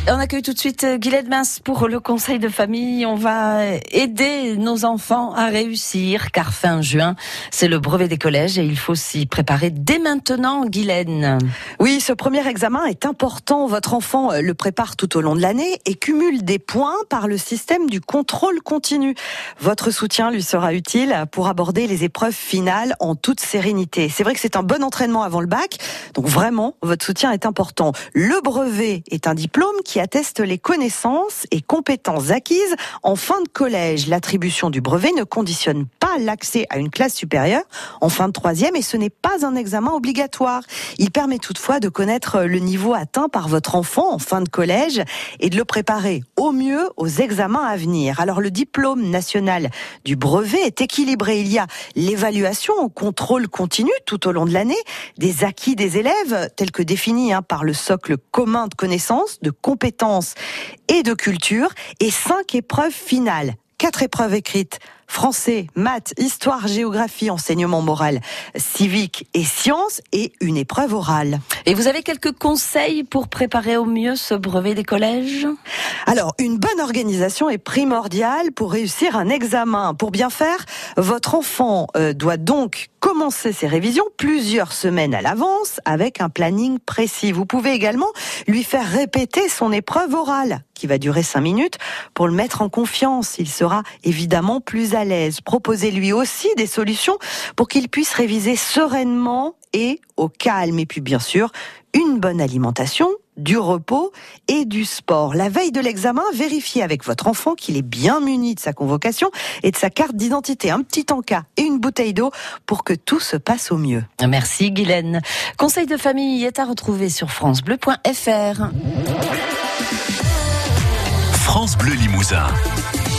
On accueille tout de suite Guylaine Mince pour le conseil de famille. On va aider nos enfants à réussir, car fin juin, c'est le brevet des collèges et il faut s'y préparer dès maintenant, Guylaine. Oui, ce premier examen est important. Votre enfant le prépare tout au long de l'année et cumule des points par le système du contrôle continu. Votre soutien lui sera utile pour aborder les épreuves finales en toute sérénité. C'est vrai que c'est un bon entraînement avant le bac, donc vraiment, votre soutien est important. Le brevet est un diplôme qui atteste les connaissances et compétences acquises en fin de collège. L'attribution du brevet ne conditionne pas l'accès à une classe supérieure en fin de troisième et ce n'est pas un examen obligatoire. Il permet toutefois de connaître le niveau atteint par votre enfant en fin de collège et de le préparer au mieux aux examens à venir. Alors le diplôme national du brevet est équilibré. Il y a l'évaluation au contrôle continu tout au long de l'année des acquis des élèves tels que définis par le socle commun de connaissances, de compétences et de culture et 5 épreuves finales. 4 épreuves écrites, français, maths, histoire, géographie, enseignement moral, civique et sciences et une épreuve orale. Et vous avez quelques conseils pour préparer au mieux ce brevet des collèges ? Alors, une bonne organisation est primordiale pour réussir un examen. Pour bien faire, votre enfant doit donc commencer ses révisions plusieurs semaines à l'avance avec un planning précis. Vous pouvez également lui faire répéter son épreuve orale qui va durer 5 minutes pour le mettre en confiance. Il sera évidemment plus à l'aise. Proposez-lui aussi des solutions pour qu'il puisse réviser sereinement et au calme. Et puis bien sûr, une bonne alimentation, du repos et du sport. La veille de l'examen, vérifiez avec votre enfant qu'il est bien muni de sa convocation et de sa carte d'identité, un petit encas et une bouteille d'eau pour que tout se passe au mieux. Merci Guylaine. Conseil de famille est à retrouver sur francebleu.fr. France Bleu Limousin.